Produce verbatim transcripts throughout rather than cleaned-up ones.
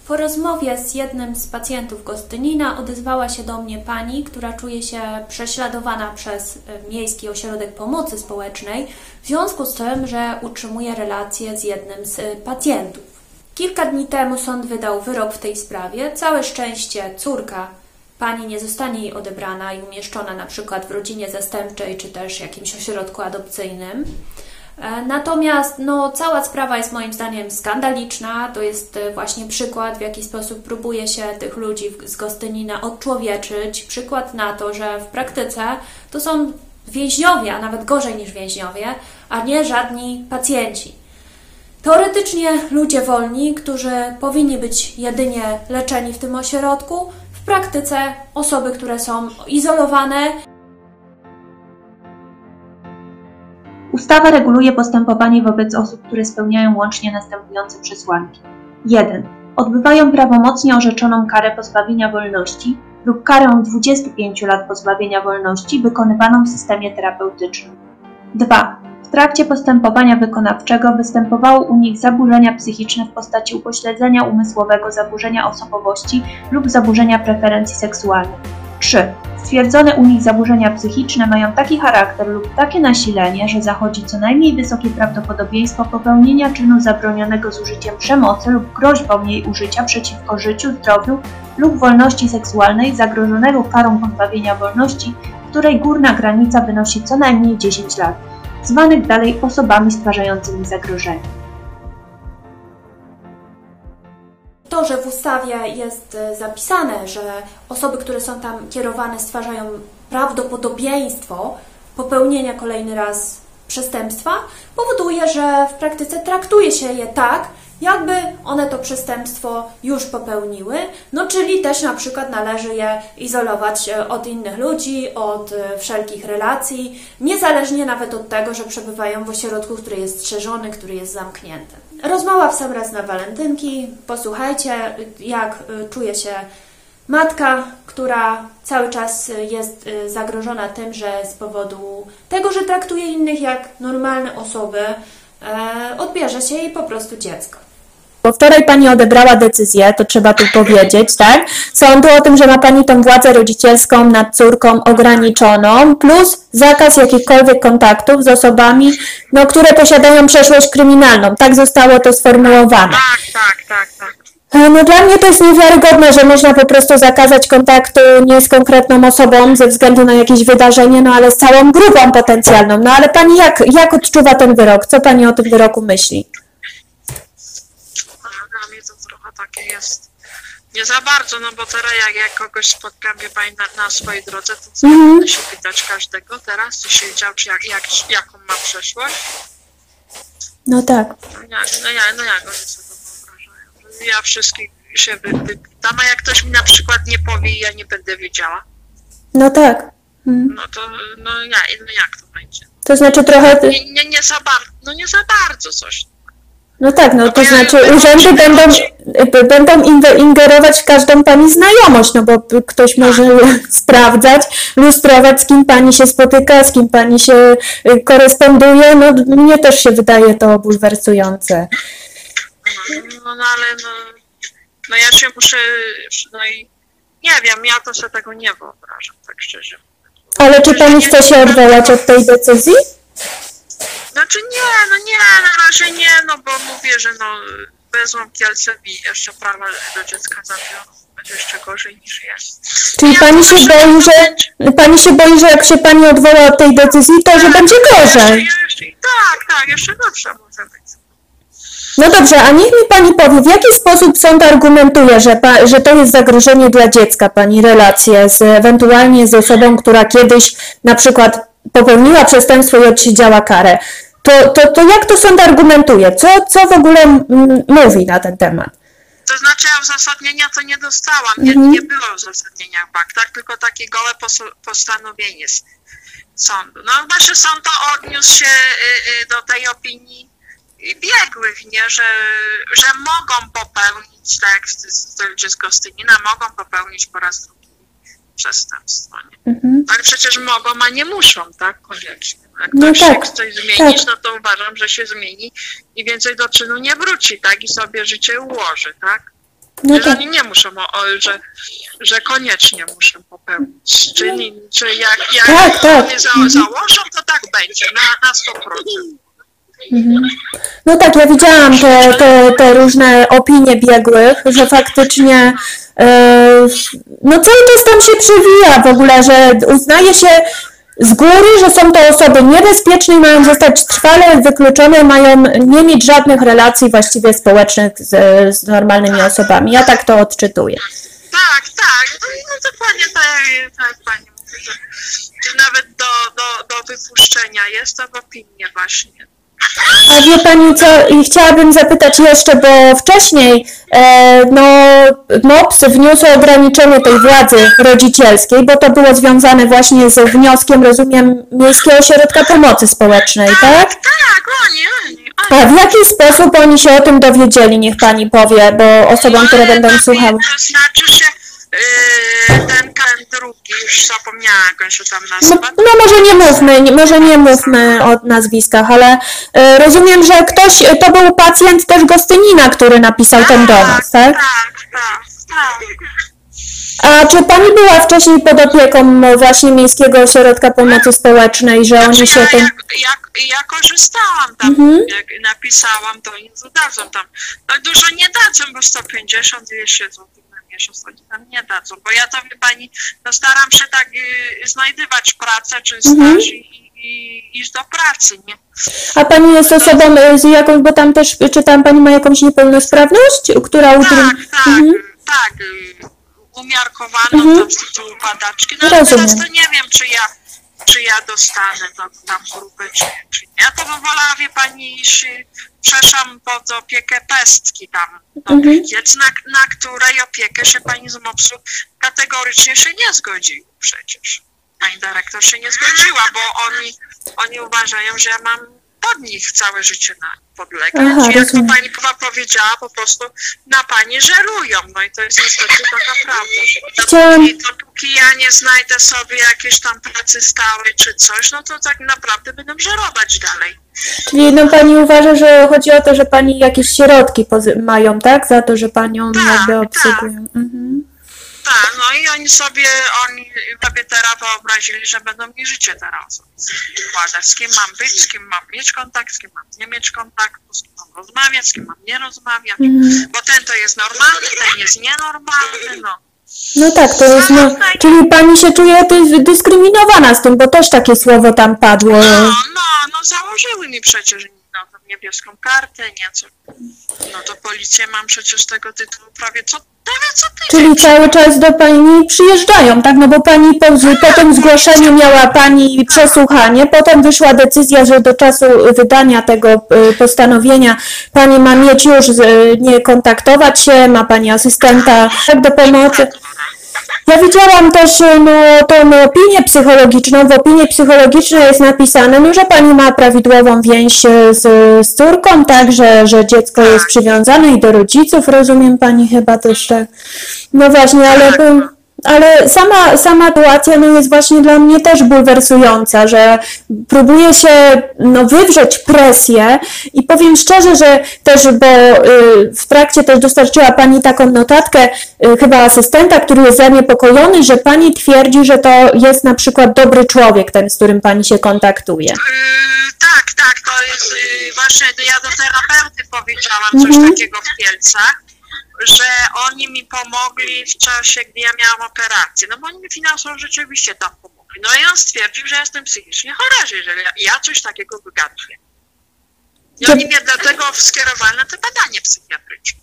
Po rozmowie z jednym z pacjentów Gostynina odezwała się do mnie pani, która czuje się prześladowana przez Miejski Ośrodek Pomocy Społecznej w związku z tym, że utrzymuje relacje z jednym z pacjentów. Kilka dni temu sąd wydał wyrok w tej sprawie. Całe szczęście córka pani nie zostanie jej odebrana i umieszczona na przykład w rodzinie zastępczej czy też jakimś ośrodku adopcyjnym. Natomiast no, cała sprawa jest moim zdaniem skandaliczna. To jest właśnie przykład, w jaki sposób próbuje się tych ludzi z Gostynina odczłowieczyć. Przykład na to, że w praktyce to są więźniowie, a nawet gorzej niż więźniowie, a nie żadni pacjenci. Teoretycznie ludzie wolni, którzy powinni być jedynie leczeni w tym ośrodku, w praktyce osoby, które są izolowane. Ustawa reguluje postępowanie wobec osób, które spełniają łącznie następujące przesłanki. jeden. Odbywają prawomocnie orzeczoną karę pozbawienia wolności lub karę dwudziestu pięciu lat pozbawienia wolności wykonywaną w systemie terapeutycznym. dwa. W trakcie postępowania wykonawczego występowało u nich zaburzenia psychiczne w postaci upośledzenia umysłowego, zaburzenia osobowości lub zaburzenia preferencji seksualnych. trzy. Stwierdzone u nich zaburzenia psychiczne mają taki charakter lub takie nasilenie, że zachodzi co najmniej wysokie prawdopodobieństwo popełnienia czynu zabronionego z użyciem przemocy lub groźbą jej użycia przeciwko życiu, zdrowiu lub wolności seksualnej zagrożonego karą pozbawienia wolności, której górna granica wynosi co najmniej dziesięć lat, zwanych dalej osobami stwarzającymi zagrożenie. To, że w ustawie jest zapisane, że osoby, które są tam kierowane, stwarzają prawdopodobieństwo popełnienia kolejny raz przestępstwa, powoduje, że w praktyce traktuje się je tak, jakby one to przestępstwo już popełniły, no czyli też na przykład należy je izolować od innych ludzi, od wszelkich relacji, niezależnie nawet od tego, że przebywają w ośrodku, który jest strzeżony, który jest zamknięty. Rozmowa w sam raz na walentynki. Posłuchajcie, jak czuje się matka, która cały czas jest zagrożona tym, że z powodu tego, że traktuje innych jak normalne osoby, odbierze się jej po prostu dziecko. Bo wczoraj Pani odebrała decyzję, to trzeba tu powiedzieć, tak? Sądu o tym, że ma Pani tą władzę rodzicielską nad córką ograniczoną, plus zakaz jakichkolwiek kontaktów z osobami, no, które posiadają przeszłość kryminalną. Tak zostało to sformułowane. Tak, tak, tak, tak. No dla mnie to jest niewiarygodne, że można po prostu zakazać kontaktu nie z konkretną osobą ze względu na jakieś wydarzenie, no ale z całą grupą potencjalną. No ale Pani jak, jak odczuwa ten wyrok? Co Pani o tym wyroku myśli? Dla mnie to trochę takie jest nie za bardzo, no bo teraz jak, jak kogoś spotkam, wie Pani, na, na swojej drodze, to co mm. będę się pytać każdego teraz, co się działo, czy jak, jak, jaką ma przeszłość? No tak. No jak, no jak, no jak oni sobie to wyobrażają? Ja wszystkich się wypytam, a jak ktoś mi na przykład nie powie, ja nie będę wiedziała. No tak. Mm. No to, no, ja, no jak to będzie? To znaczy trochę... Nie, nie, nie za bardzo, no nie za bardzo coś. No tak, no, no to znaczy ja, urzędy będą, będą ingerować w każdą Pani znajomość, no bo ktoś może sprawdzać, lustrować, z kim Pani się spotyka, z kim Pani się koresponduje, no mnie też się wydaje to bulwersujące. No, no ale no, no ja się muszę, no i nie wiem, ja to sobie tego nie wyobrażam, tak szczerze. Ale czy Pani chce się odwołać od tej decyzji? Znaczy nie, no nie, na razie nie, no bo mówię, że no wezmą Kielce i jeszcze prawa do dziecka zabiorą. Będzie jeszcze gorzej niż jest. Czyli ja Pani się boi, że Pani się boi, że jak się Pani odwoła od tej decyzji, to tak, że będzie gorzej. Jeszcze, jeszcze, tak, tak, jeszcze gorsze może być. No dobrze, a niech mi Pani powie, w jaki sposób sąd argumentuje, że, pa, że to jest zagrożenie dla dziecka, Pani relacje z ewentualnie z osobą, która kiedyś na przykład popełniła przestępstwo i odsiedziała karę. To, to, to jak to sąd argumentuje? Co, co w ogóle m, mówi na ten temat? To znaczy ja uzasadnienia to nie dostałam, nie, mm-hmm. nie było uzasadnienia w aktach, tylko takie gołe postanowienie z sądu. No właśnie sąd to odniósł się y, y, do tej opinii biegłych, nie, że, że mogą popełnić, tak jak z ludzie z Gostynina, mogą popełnić po raz drugi przestępstwo, nie? Mhm. Ale przecież mogą, a nie muszą, tak? Koniecznie. Jak no ktoś tak, chce coś zmienić, tak. no to uważam, że się zmieni i więcej do czynu nie wróci, tak? I sobie życie ułoży, tak? No że tak. oni nie muszą, o, że, że koniecznie muszą popełnić. Czyli, czy jak, jak Tak, tak. oni za, założą, to tak będzie, na, na sto procent. Mhm. No tak, ja widziałam te, te, te różne opinie biegłych, że faktycznie e, no cały czas tam się przewija w ogóle, że uznaje się z góry, że są to osoby niebezpieczne i mają zostać trwale wykluczone, mają nie mieć żadnych relacji właściwie społecznych z, z normalnymi osobami. Ja tak to odczytuję. Tak, tak, no, no dokładnie tak, tak jak pani mówi, że, że nawet do, do, do wypuszczenia jest to w opinii właśnie. A wie pani co, i chciałabym zapytać jeszcze, bo wcześniej e, no, M O P S wniósł ograniczenie tej władzy rodzicielskiej, bo to było związane właśnie z wnioskiem, rozumiem, Miejskiego Ośrodka Pomocy Społecznej, tak? Tak, oni, oni. A w jaki sposób oni się o tym dowiedzieli, niech pani powie, bo osobom, które będą słuchały. To znaczy się, yy, ten, ten drugi, już zapomniałam, jak on się tam No, nazywa. no może nie mówmy, nie, może nie mówmy o nazwiskach, ale e, rozumiem, że ktoś, to był pacjent też Gostynina, który napisał ten donos, tak? Tak, tak, tak. A czy pani była wcześniej pod opieką właśnie Miejskiego Ośrodka Pomocy Społecznej, że oni Znaczy się ja, tym... jak, jak, ja korzystałam tam, Mhm. jak napisałam, to im dadzą tam. No dużo nie dadzą, bo sto pięćdziesiąt dwieście złotych na miesiąc oni tam nie dadzą, bo ja to, wie pani, no staram się tak y, znajdywać pracę czy staż Mhm. i, i iść do pracy, nie? A pani jest osobą z jakąś, bo tam też, czy tam pani ma jakąś niepełnosprawność, która... Tak, utrudni- tak, Mhm. tak. y, Umiarkowaną Mhm. tam z tytułu padaczki. No ale Rozumiem. teraz to nie wiem, czy ja, czy ja dostanę tam, tam grupę, czy, czy nie. Ja to bym wolała, wie pani, iż y, przeszłam pod opiekę pestki tam. Mhm. Opiec, na, na której opiekę się pani z M O P S-u kategorycznie się nie zgodził przecież. Pani dyrektor się nie zgodziła, bo oni, oni uważają, że ja mam pod nich całe życie na podlegać. Aha, I jak to rozumiem. pani chyba powiedziała, po prostu na pani żerują. No i to jest niestety taka prawda. Chciałam- I dopóki ja nie znajdę sobie jakiejś tam pracy stałej czy coś, no to tak naprawdę będę żerować dalej. Czyli no pani uważa, że chodzi o to, że pani jakieś środki pozy- mają, tak? Za to, że panią Tak, jakby tak. obsługują. Mhm. Tak, no i oni sobie, oni sobie teraz wyobrazili, że będą mi życie teraz układać. Z kim mam być, z kim mam mieć kontakt, z kim mam nie mieć kontaktu, z kim mam rozmawiać, z kim mam nie rozmawiać. Mhm. Bo ten to jest normalny, ten jest nienormalny, no. No tak, to jest, no, czyli pani się czuje dys- dyskryminowana z tym, bo też takie słowo tam padło. No, no, no założyły mi przecież no, tą niebieską kartę, nieco. No to policję mam przecież z tego tytułu prawie co, prawie co tydzień. Czyli cały czas do pani przyjeżdżają, tak? No bo pani po, po tym zgłoszeniu miała pani przesłuchanie, potem wyszła decyzja, że do czasu wydania tego y, postanowienia pani ma mieć już, y, nie kontaktować się, ma pani asystenta tak, do pomocy. Ja widziałam też no, tą opinię psychologiczną. W opinii psychologicznej jest napisane, no, że pani ma prawidłową więź z, z córką, tak, że, że dziecko jest przywiązane i do rodziców, rozumiem pani chyba też tak. No właśnie, ale, ale sama, sama sytuacja no, jest właśnie dla mnie też bulwersująca, że próbuje się no, wywrzeć presję i powiem szczerze, że też, bo y, w trakcie też dostarczyła pani taką notatkę y, chyba asystenta, który jest zaniepokojony, że pani twierdzi, że to jest na przykład dobry człowiek, ten, z którym pani się kontaktuje. Yy, tak, tak, to jest yy, właśnie, ja do terapeuty powiedziałam coś Mhm. takiego w Kielcach, że oni mi pomogli w czasie, gdy ja miałam operację, no bo oni mi finansowo rzeczywiście tam pomogli. No i on stwierdził, że jestem psychicznie chora, że jeżeli ja, ja coś takiego wygaduję. I To- oni mnie dlatego skierowali na te badanie psychiatryczne.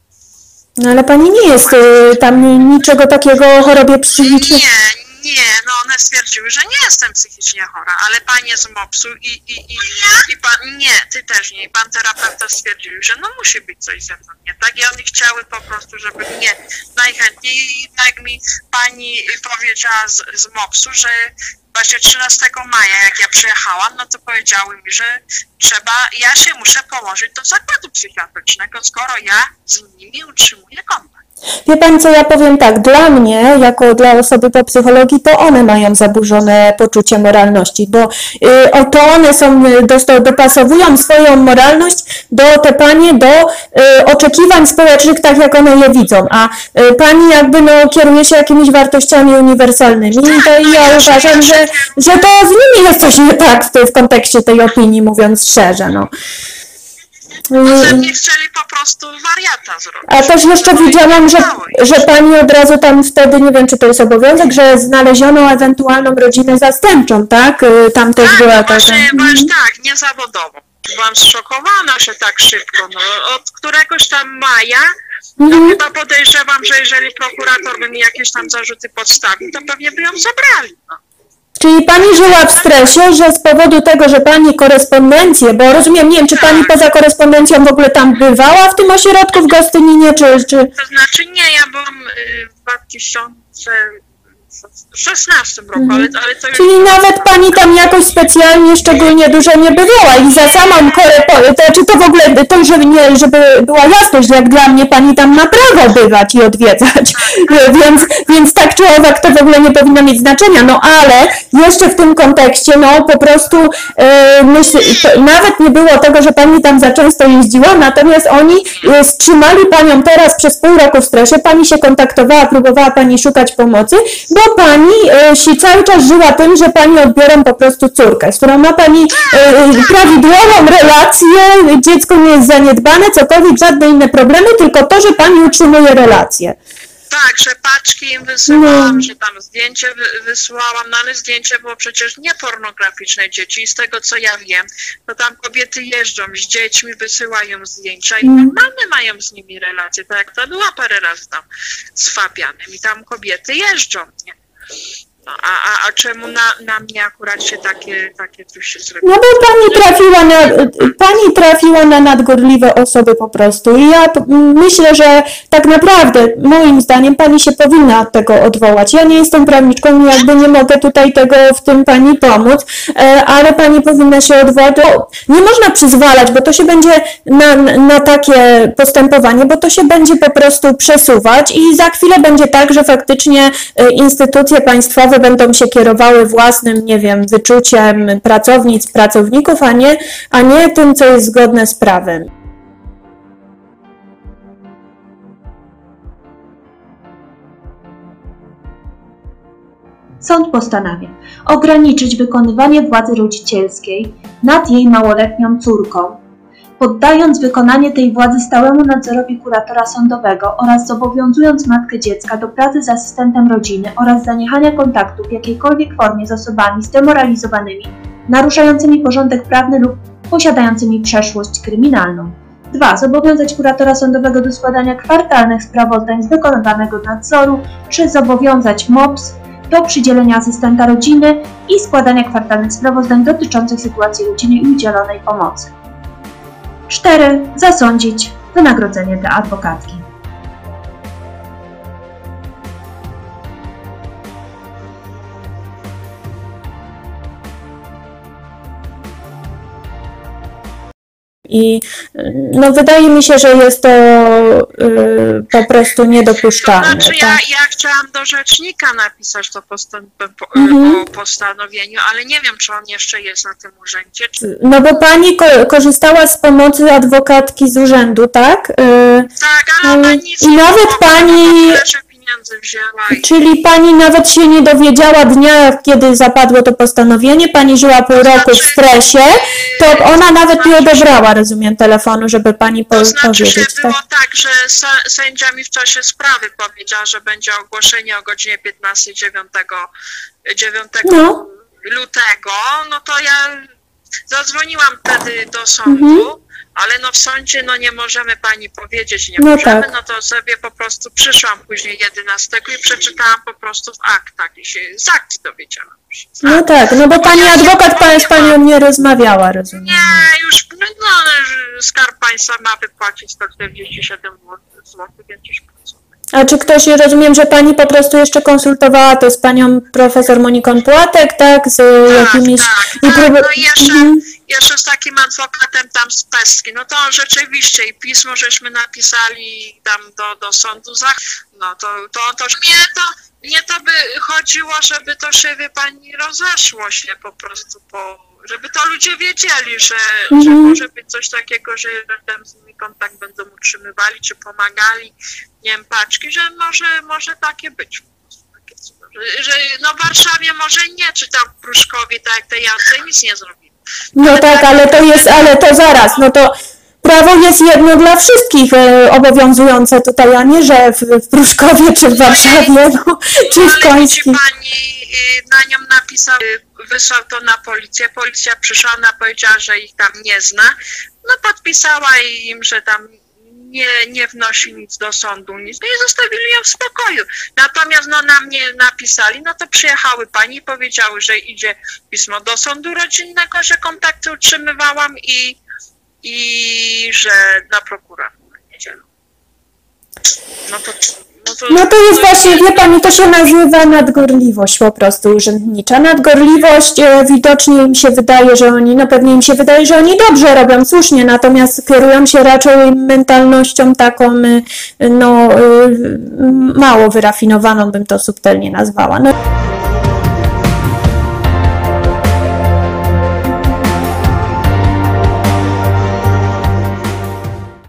No ale pani nie jest y, tam niczego takiego o chorobie psychicznej. Nie, nie, no one stwierdziły, że nie jestem psychicznie chora, ale panie z M O P S-u i, i, i, i pan, nie, ty też nie, i pan terapeuta stwierdził, że no musi być coś ze mną nie tak i oni chciały po prostu, żeby mnie najchętniej, i tak mi pani powiedziała z, z M O P S-u, że właśnie trzynastego maja, jak ja przyjechałam, no to powiedziały mi, że trzeba, ja się muszę położyć do zakładu psychiatrycznego, skoro ja z nimi utrzymuję kontakt. Wie pani co, ja powiem tak, dla mnie, jako dla osoby po psychologii, to one mają zaburzone poczucie moralności, bo y, o to one są, do, dopasowują swoją moralność do te panie, do y, oczekiwań społecznych, tak jak one je widzą, a y, pani jakby no kieruje się jakimiś wartościami uniwersalnymi i to ja uważam, że, że to z nimi jest coś nie tak w, w kontekście tej opinii, mówiąc szczerze, no. Może nie chcieli po prostu wariata zrobić. A też jeszcze widziałam, że, że pani od razu tam wtedy, nie wiem czy to jest obowiązek, że znaleziono ewentualną rodzinę zastępczą, tak? Tam też tak, była no taka... właśnie, właśnie tak, niezawodową. Byłam zszokowana, że tak szybko. No, od któregoś tam maja, no Mhm. chyba podejrzewam, że jeżeli prokurator by mi jakieś tam zarzuty podstawił, to pewnie by ją zabrali. No. Czyli pani żyła w stresie, że z powodu tego, że pani korespondencję, bo rozumiem, nie wiem, czy pani poza korespondencją w ogóle tam bywała w tym ośrodku w Gostyninie, czy... czy... To znaczy nie, ja byłam y, w dwa tysiące szesnastym roku, ale, ale to już... Czyli nawet pani tam jakoś specjalnie, szczególnie dużo nie bywała i za samą korespondencję, to, czy to w ogóle, to żeby, nie, żeby była jasność, jak dla mnie pani tam ma prawo bywać i odwiedzać, więc, więc tak czy owak to w ogóle nie powinno mieć znaczenia, no ale jeszcze w tym kontekście, no po prostu e, myśl, to, nawet nie było tego, że pani tam za często jeździła, natomiast oni e, wstrzymali panią teraz przez pół roku w stresie, pani się kontaktowała, próbowała pani szukać pomocy, bo pani e, się cały czas żyła tym, że pani odbiorą po prostu córkę, z którą ma pani e, prawidłową relację, dziecko nie jest zaniedbane, cokolwiek, żadne inne problemy, tylko to, że pani utrzymuje relację. Tak, że paczki im wysyłałam, no. że tam zdjęcie wy wysyłałam, no ale zdjęcie było przecież nie pornograficzne dzieci i z tego co ja wiem, to tam kobiety jeżdżą z dziećmi, wysyłają zdjęcia i Mm. normalne mają z nimi relacje, tak jak ta była parę razy tam z Fabianem i tam kobiety jeżdżą, nie? No, a, a, a czemu na, na mnie akurat się takie, takie coś się zrobiło? No bo pani trafiła na, pani trafiła na nadgorliwe osoby po prostu i ja p- myślę, że tak naprawdę moim zdaniem pani się powinna od tego odwołać. Ja nie jestem prawniczką i jakby nie mogę tutaj tego w tym pani pomóc, e, ale pani powinna się odwołać. Bo nie można przyzwalać, bo to się będzie na, na takie postępowanie, bo to się będzie po prostu przesuwać i za chwilę będzie tak, że faktycznie e, instytucje państwowe będą się kierowały własnym, nie wiem, wyczuciem pracownic, pracowników, a nie, a nie tym, co jest zgodne z prawem. Sąd postanawia ograniczyć wykonywanie władzy rodzicielskiej nad jej małoletnią córką, poddając wykonanie tej władzy stałemu nadzorowi kuratora sądowego oraz zobowiązując matkę dziecka do pracy z asystentem rodziny oraz zaniechania kontaktu w jakiejkolwiek formie z osobami zdemoralizowanymi, naruszającymi porządek prawny lub posiadającymi przeszłość kryminalną. dwa. Zobowiązać kuratora sądowego do składania kwartalnych sprawozdań z wykonywanego nadzoru. trzy. Zobowiązać M O P S do przydzielenia asystenta rodziny i składania kwartalnych sprawozdań dotyczących sytuacji rodziny i udzielonej pomocy. cztery. Zasądzić wynagrodzenie dla adwokatki. I no wydaje mi się, że jest to y, po prostu niedopuszczalne. To znaczy ja, tak? ja chciałam do rzecznika napisać to postan po, Mhm. o postanowieniu, ale nie wiem, czy on jeszcze jest na tym urzędzie. Czy... No bo pani ko korzystała z pomocy adwokatki z urzędu, tak? Y, Tak, ale ona nic I nie nawet pomogła, pani... bo tyle, że pieniędzy wzięła i... Czyli pani nawet się nie dowiedziała dnia, kiedy zapadło to postanowienie, pani żyła pół roku w stresie, to ona nawet nie odebrała, rozumiem, telefonu, żeby pani po To znaczy się powiedzieć. było Tak? tak, że sędzia mi w czasie sprawy powiedziała, że będzie ogłoszenie o godzinie piętnastej dziewiątego No. lutego, no to ja zadzwoniłam wtedy do sądu, Mhm. ale no w sądzie no nie możemy pani powiedzieć, nie No możemy, tak. no to sobie po prostu przyszłam później jedenastego i przeczytałam po prostu w aktach i się z akt dowiedziałam się. z No akt. tak, no bo pani ja się adwokat pan z panią nie rozmawiała, rozumiem. Nie, już no, no, Skarb Państwa ma wypłacić sto czterdzieści siedem złotych, więc już pracować. A czy ktoś, rozumiem, że pani po prostu jeszcze konsultowała to z panią profesor Moniką Płatek, tak? Z Tak, jakimiś... tak, i tak, próby- no i jeszcze, Mhm. jeszcze z takim adwokatem tam z Pestki, no to rzeczywiście i pismo żeśmy napisali tam do, do sądu, za, no to, to, to mnie to, mnie to by chodziło, żeby to się, wie pani, rozeszło się po prostu, po, żeby to ludzie wiedzieli, że, mhm. że może być coś takiego, że tam z nimi kontakt będą utrzymywali, czy pomagali, nie wiem, paczki, że może, może takie być. Że, że no w Warszawie może nie, czy tam w Pruszkowie, tak jak te Jance, nic nie zrobili. No ale tak, ale to jest, ale to zaraz, no to prawo jest jedno dla wszystkich e, obowiązujące tutaj, a nie, że w, w Pruszkowie, czy w Warszawie, no, czy w Końskim. Pani na nią napisał, wysłał to na policję, policja przyszła, ona powiedziała, że ich tam nie zna, no podpisała im, że tam nie, nie wnosi nic do sądu, nic, no i zostawili ją w spokoju. Natomiast no na mnie napisali, no to przyjechały pani i powiedziały, że idzie pismo do sądu rodzinnego, że kontakty utrzymywałam i, i że na prokuraturę w niedzielę. No to... No to, no to jest właśnie, wie pani, to się nazywa nadgorliwość po prostu urzędnicza. Nadgorliwość, e, widocznie im się wydaje, że oni, no pewnie im się wydaje, że oni dobrze robią, słusznie, natomiast kierują się raczej mentalnością taką, no, e, mało wyrafinowaną, bym to subtelnie nazwała. No.